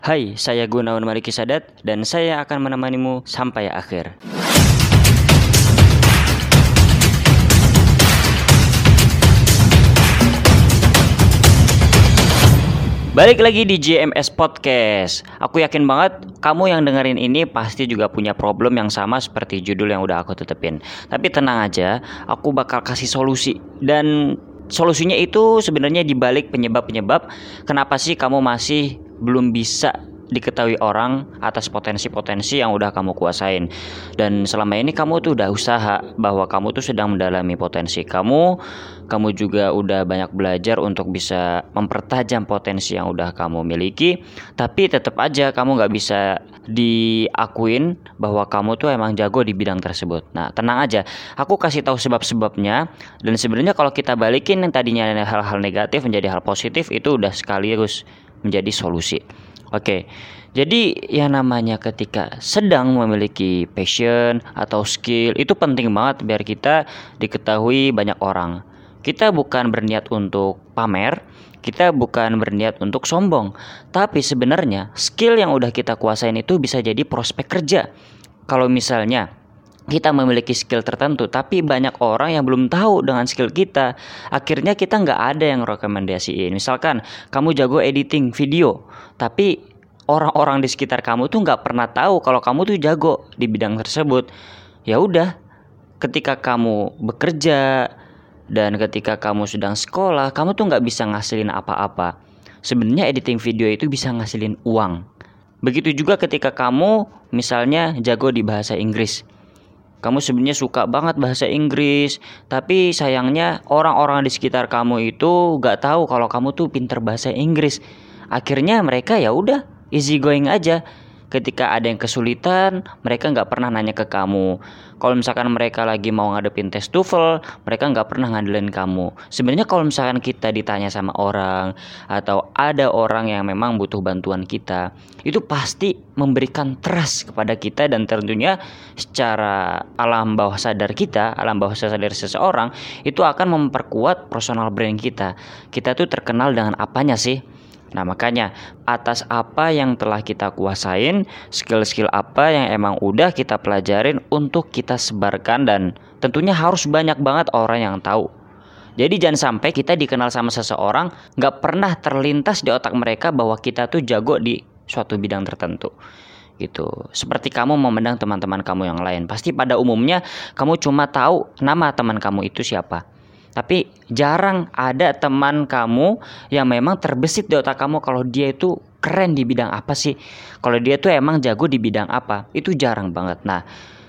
Hai, saya Gunawan Maliki Sadat dan saya akan menemanimu sampai akhir. Balik lagi di JMS Podcast. Aku yakin banget kamu yang dengerin ini pasti juga punya problem yang sama seperti judul yang udah aku tetepin. Tapi tenang aja, aku bakal kasih solusi. Dan solusinya itu sebenarnya dibalik penyebab-penyebab kenapa sih kamu masih belum bisa diketahui orang atas potensi-potensi yang udah kamu kuasain. Dan selama ini kamu tuh udah usaha bahwa kamu tuh sedang mendalami potensi kamu juga udah banyak belajar untuk bisa mempertajam potensi yang udah kamu miliki. Tapi tetap aja kamu gak bisa diakuin bahwa kamu tuh emang jago di bidang tersebut. Nah, tenang aja, aku kasih tahu sebab-sebabnya. Dan sebenarnya kalau kita balikin yang tadinya hal-hal negatif menjadi hal positif, itu udah sekaligus menjadi solusi. Oke, jadi yang namanya ketika sedang memiliki passion atau skill itu penting banget biar kita diketahui banyak orang. Kita bukan berniat untuk pamer, kita bukan berniat untuk sombong, tapi sebenarnya skill yang udah kita kuasain itu bisa jadi prospek kerja. Kalau misalnya kita memiliki skill tertentu, tapi banyak orang yang belum tahu dengan skill kita, akhirnya kita nggak ada yang rekomendasiin. Misalkan kamu jago editing video, tapi orang-orang di sekitar kamu tuh nggak pernah tahu kalau kamu tuh jago di bidang tersebut. Ya udah, ketika kamu bekerja dan ketika kamu sedang sekolah, kamu tuh nggak bisa ngasilin apa-apa. Sebenarnya editing video itu bisa ngasilin uang. Begitu juga ketika kamu misalnya jago di bahasa Inggris. Kamu sebenarnya suka banget bahasa Inggris, tapi sayangnya orang-orang di sekitar kamu itu gak tahu kalau kamu tuh pinter bahasa Inggris. Akhirnya mereka ya udah easy going aja. Ketika ada yang kesulitan, mereka nggak pernah nanya ke kamu. Kalau misalkan mereka lagi mau ngadepin tes TOEFL, mereka nggak pernah ngandelin kamu. Sebenarnya kalau misalkan kita ditanya sama orang atau ada orang yang memang butuh bantuan kita, itu pasti memberikan trust kepada kita, dan tentunya secara alam bawah sadar kita, alam bawah sadar seseorang itu akan memperkuat personal brand kita. Kita tuh terkenal dengan apanya sih? Nah, makanya atas apa yang telah kita kuasain, skill-skill apa yang emang udah kita pelajarin untuk kita sebarkan, dan tentunya harus banyak banget orang yang tahu. Jadi jangan sampai kita dikenal sama seseorang gak pernah terlintas di otak mereka bahwa kita tuh jago di suatu bidang tertentu gitu. Seperti kamu memandang teman-teman kamu yang lain, pasti pada umumnya kamu cuma tahu nama teman kamu itu siapa. Tapi jarang ada teman kamu yang memang terbesit di otak kamu kalau dia itu keren di bidang apa sih. Kalau dia tuh emang jago di bidang apa, itu jarang banget. Nah,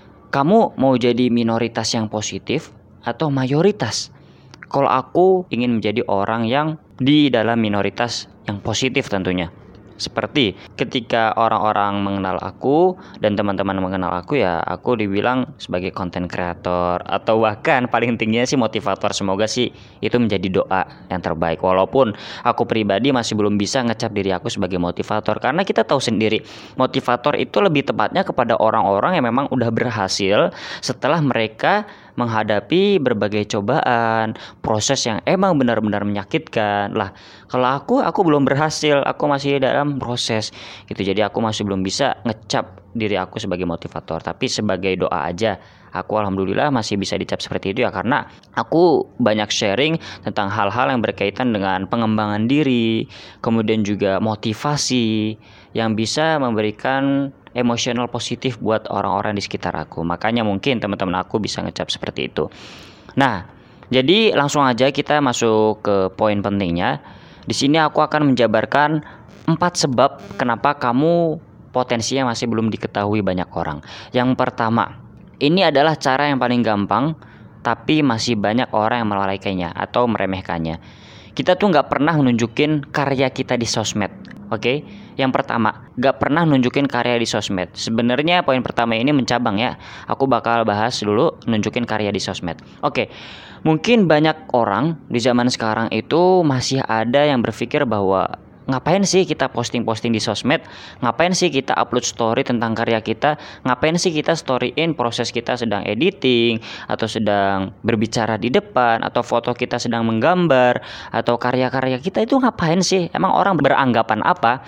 kamu mau jadi minoritas yang positif atau mayoritas? Kalau aku ingin menjadi orang yang di dalam minoritas yang positif tentunya. Seperti ketika orang-orang mengenal aku dan teman-teman mengenal aku, ya aku dibilang sebagai content creator atau bahkan paling tingginya sih motivator. Semoga sih itu menjadi doa yang terbaik. Walaupun aku pribadi masih belum bisa ngecap diri aku sebagai motivator, karena kita tahu sendiri motivator itu lebih tepatnya kepada orang-orang yang memang udah berhasil setelah mereka menghadapi berbagai cobaan, proses yang emang benar-benar menyakitkan. Lah, kalau aku belum berhasil, aku masih dalam proses gitu. Jadi aku masih belum bisa ngecap diri aku sebagai motivator, tapi sebagai doa aja. Aku alhamdulillah masih bisa dicap seperti itu ya, karena aku banyak sharing tentang hal-hal yang berkaitan dengan pengembangan diri, kemudian juga motivasi yang bisa memberikan emosional positif buat orang-orang di sekitar aku. Makanya mungkin teman-teman aku bisa ngecap seperti itu. Nah, jadi langsung aja kita masuk ke poin pentingnya. Di sini aku akan menjabarkan 4 sebab kenapa kamu potensinya masih belum diketahui banyak orang. Yang pertama, ini adalah cara yang paling gampang, tapi masih banyak orang yang melalaikannya atau meremehkannya. Kita tuh nggak pernah nunjukin karya kita di sosmed. Oke, yang pertama, gak pernah nunjukin karya di sosmed. Sebenarnya poin pertama ini mencabang ya. Aku bakal bahas dulu nunjukin karya di sosmed. Oke, mungkin banyak orang di zaman sekarang itu masih ada yang berpikir bahwa ngapain sih kita posting-posting di sosmed? Ngapain sih kita upload story tentang karya kita? Ngapain sih kita storyin proses kita sedang editing atau sedang berbicara di depan, atau foto kita sedang menggambar, atau karya-karya kita itu ngapain sih? Emang orang beranggapan apa?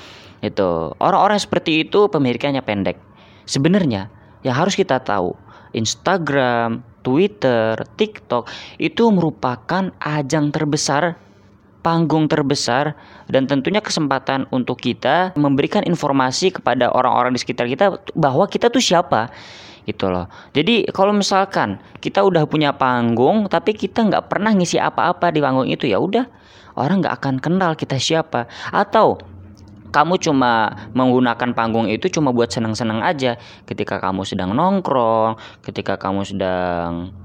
Itu orang-orang seperti itu pemikirannya pendek. Sebenarnya yang harus kita tahu, Instagram, Twitter, TikTok itu merupakan ajang terbesar, panggung terbesar, dan tentunya kesempatan untuk kita memberikan informasi kepada orang-orang di sekitar kita bahwa kita tuh siapa gitu loh. Jadi kalau misalkan kita udah punya panggung tapi kita nggak pernah ngisi apa-apa di panggung itu, ya udah, orang nggak akan kenal kita siapa. Atau kamu cuma menggunakan panggung itu cuma buat senang-senang aja. Ketika kamu sedang nongkrong, ketika kamu sedang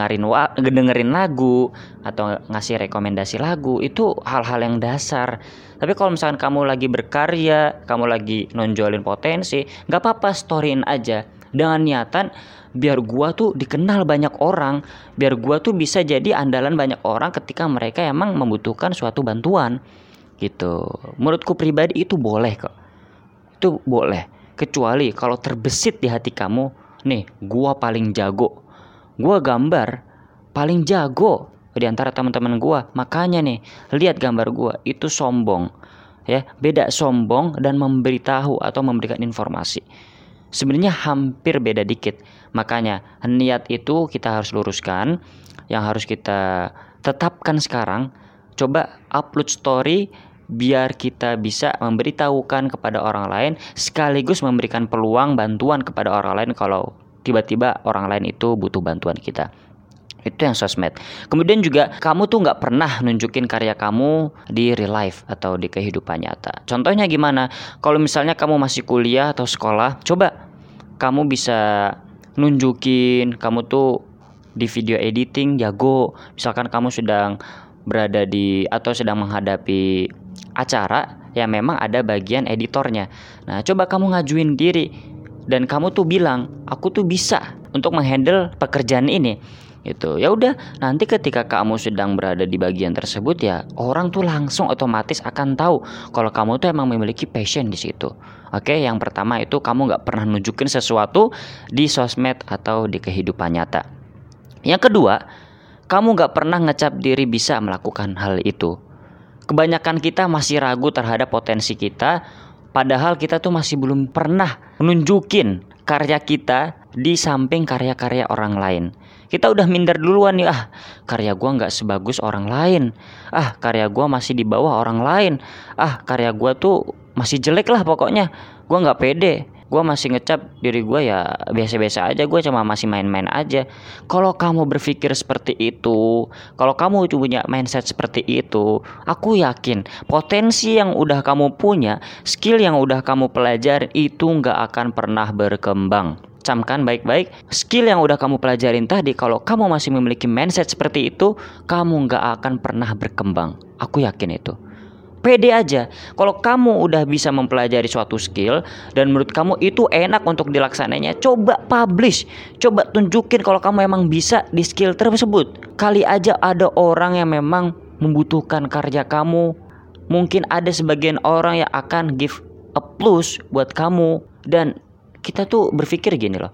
dengerin lagu atau ngasih rekomendasi lagu, itu hal-hal yang dasar. Tapi kalau misalkan kamu lagi berkarya, kamu lagi nonjolin potensi, nggak apa-apa, storyin aja dengan niatan biar gua tuh dikenal banyak orang, biar gua tuh bisa jadi andalan banyak orang ketika mereka emang membutuhkan suatu bantuan. Gitu. Menurutku pribadi itu boleh kok. Itu boleh. Kecuali kalau terbesit di hati kamu, nih, gua paling jago. Gua gambar paling jago di antara teman-teman gua. Makanya nih, lihat gambar gua, itu sombong. Ya, beda sombong dan memberitahu atau memberikan informasi. Sebenarnya hampir beda dikit. Makanya niat itu kita harus luruskan. Yang harus kita tetapkan sekarang, coba upload story biar kita bisa memberitahukan kepada orang lain, sekaligus memberikan peluang bantuan kepada orang lain kalau tiba-tiba orang lain itu butuh bantuan kita. Itu yang sosmed. Kemudian juga kamu tuh nggak pernah nunjukin karya kamu di real life atau di kehidupan nyata. Contohnya gimana? Kalau misalnya kamu masih kuliah atau sekolah, coba kamu bisa nunjukin kamu tuh di video editing jago. Misalkan kamu sedang berada di atau sedang menghadapi acara yang memang ada bagian editornya. Nah, coba kamu ngajuin diri dan kamu tuh bilang, aku tuh bisa untuk menghandle pekerjaan ini. Gitu. Ya udah, nanti ketika kamu sedang berada di bagian tersebut, ya orang tuh langsung otomatis akan tahu kalau kamu tuh emang memiliki passion di situ. Oke, yang pertama itu kamu nggak pernah nunjukin sesuatu di sosmed atau di kehidupan nyata. Yang kedua, kamu nggak pernah ngecap diri bisa melakukan hal itu. Kebanyakan kita masih ragu terhadap potensi kita, padahal kita tuh masih belum pernah nunjukin karya kita di samping karya-karya orang lain. Kita udah minder duluan nih, karya gua nggak sebagus orang lain, karya gua masih di bawah orang lain, karya gua tuh masih jelek lah pokoknya, gua nggak pede. Gue masih ngecap diri gue ya biasa-biasa aja, gue cuma masih main-main aja. Kalau kamu berpikir seperti itu, kalau kamu punya mindset seperti itu, aku yakin potensi yang udah kamu punya, skill yang udah kamu pelajarin itu nggak akan pernah berkembang. Camkan baik-baik, skill yang udah kamu pelajarin tadi, kalau kamu masih memiliki mindset seperti itu, kamu nggak akan pernah berkembang. Aku yakin itu. Pede aja. Kalau kamu udah bisa mempelajari suatu skill dan menurut kamu itu enak untuk dilaksananya, coba publish. Coba tunjukin kalau kamu emang bisa di skill tersebut. Kali aja ada orang yang memang membutuhkan karya kamu. Mungkin ada sebagian orang yang akan give a plus buat kamu. Dan kita tuh berpikir gini loh,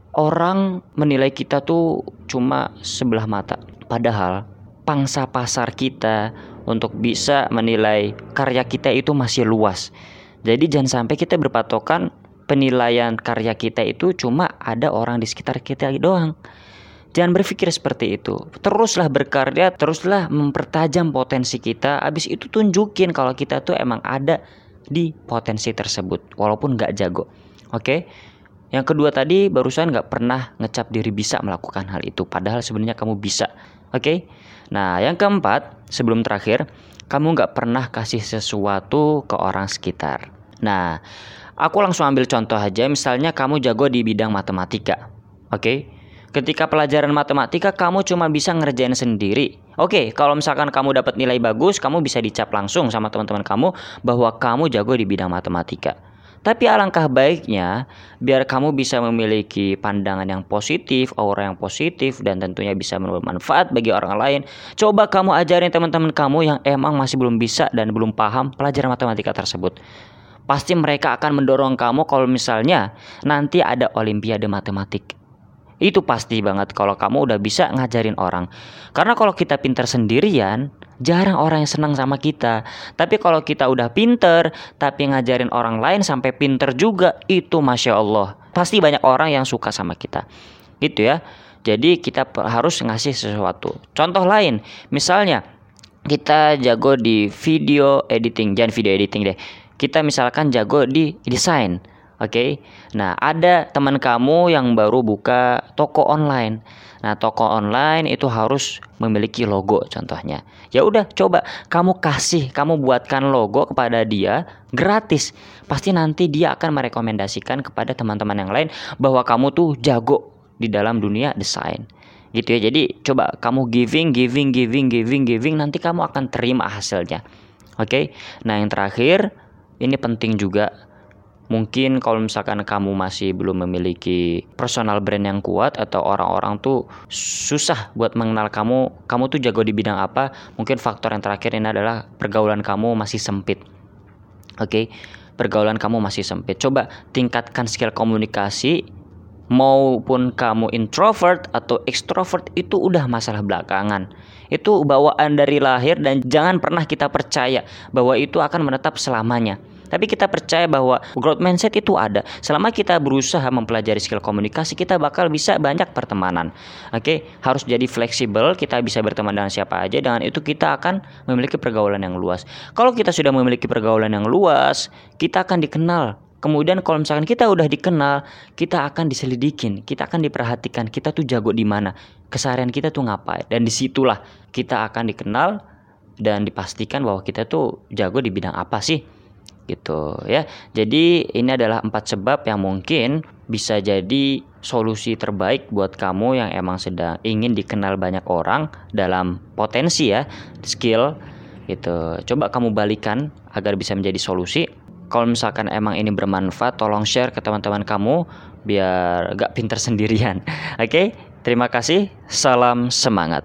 orang menilai kita tuh cuma sebelah mata. Padahal pangsa pasar kita untuk bisa menilai karya kita itu masih luas. Jadi jangan sampai kita berpatokan penilaian karya kita itu cuma ada orang di sekitar kita doang. Jangan berpikir seperti itu. Teruslah berkarya, teruslah mempertajam potensi kita. Abis itu tunjukin kalau kita tuh emang ada di potensi tersebut, walaupun gak jago. Oke? Yang kedua tadi, barusan gak pernah ngecap diri bisa melakukan hal itu, padahal sebenarnya kamu bisa. Oke? Nah, yang keempat, sebelum terakhir, kamu gak pernah kasih sesuatu ke orang sekitar. Nah, aku langsung ambil contoh aja. Misalnya kamu jago di bidang matematika. Oke? Ketika pelajaran matematika kamu cuma bisa ngerjain sendiri. Oke, kalau misalkan kamu dapat nilai bagus, kamu bisa dicap langsung sama teman-teman kamu bahwa kamu jago di bidang matematika. Tapi alangkah baiknya biar kamu bisa memiliki pandangan yang positif, aura yang positif, dan tentunya bisa bermanfaat bagi orang lain. Coba kamu ajarin teman-teman kamu yang emang masih belum bisa dan belum paham pelajaran matematika tersebut. Pasti mereka akan mendorong kamu kalau misalnya nanti ada olimpiade matematik. Itu pasti banget kalau kamu udah bisa ngajarin orang. Karena kalau kita pintar sendirian, Jarang orang yang senang sama kita. Tapi kalau kita udah pinter, tapi ngajarin orang lain sampai pinter juga, itu Masya Allah. Pasti banyak orang yang suka sama kita. Gitu ya. Jadi kita harus ngasih sesuatu. Contoh lain, misalnya kita jago di video editing. Jangan video editing deh. Kita misalkan jago di desain. Oke. Nah, ada teman kamu yang baru buka toko online. Nah, toko online itu harus memiliki logo contohnya. Ya udah, coba kamu buatkan logo kepada dia gratis. Pasti nanti dia akan merekomendasikan kepada teman-teman yang lain bahwa kamu tuh jago di dalam dunia desain. Gitu ya. Jadi coba kamu giving, nanti kamu akan terima hasilnya. Oke. Nah, yang terakhir, ini penting juga. Mungkin kalau misalkan kamu masih belum memiliki personal brand yang kuat atau orang-orang tuh susah buat mengenal kamu tuh jago di bidang apa, mungkin faktor yang terakhir ini adalah pergaulan kamu masih sempit. Oke, pergaulan kamu masih sempit. Coba tingkatkan skill komunikasi, maupun kamu introvert atau extrovert itu udah masalah belakangan. Itu bawaan dari lahir dan jangan pernah kita percaya bahwa itu akan menetap selamanya. Tapi kita percaya bahwa growth mindset itu ada. Selama kita berusaha mempelajari skill komunikasi, kita bakal bisa banyak pertemanan. Oke, harus jadi fleksibel, kita bisa berteman dengan siapa aja. Dengan itu kita akan memiliki pergaulan yang luas. Kalau kita sudah memiliki pergaulan yang luas, kita akan dikenal. Kemudian kalau misalkan kita udah dikenal, kita akan diselidikin, kita akan diperhatikan, kita tuh jago di mana, keseharian kita tuh ngapain. Dan disitulah kita akan dikenal dan dipastikan bahwa kita tuh jago di bidang apa sih. Gitu ya. Jadi ini adalah 4 sebab yang mungkin bisa jadi solusi terbaik buat kamu yang emang sedang ingin dikenal banyak orang dalam potensi ya, skill gitu. Coba kamu balikan agar bisa menjadi solusi. Kalau misalkan emang ini bermanfaat, tolong share ke teman-teman kamu biar gak pinter sendirian. Oke, terima kasih. Salam semangat.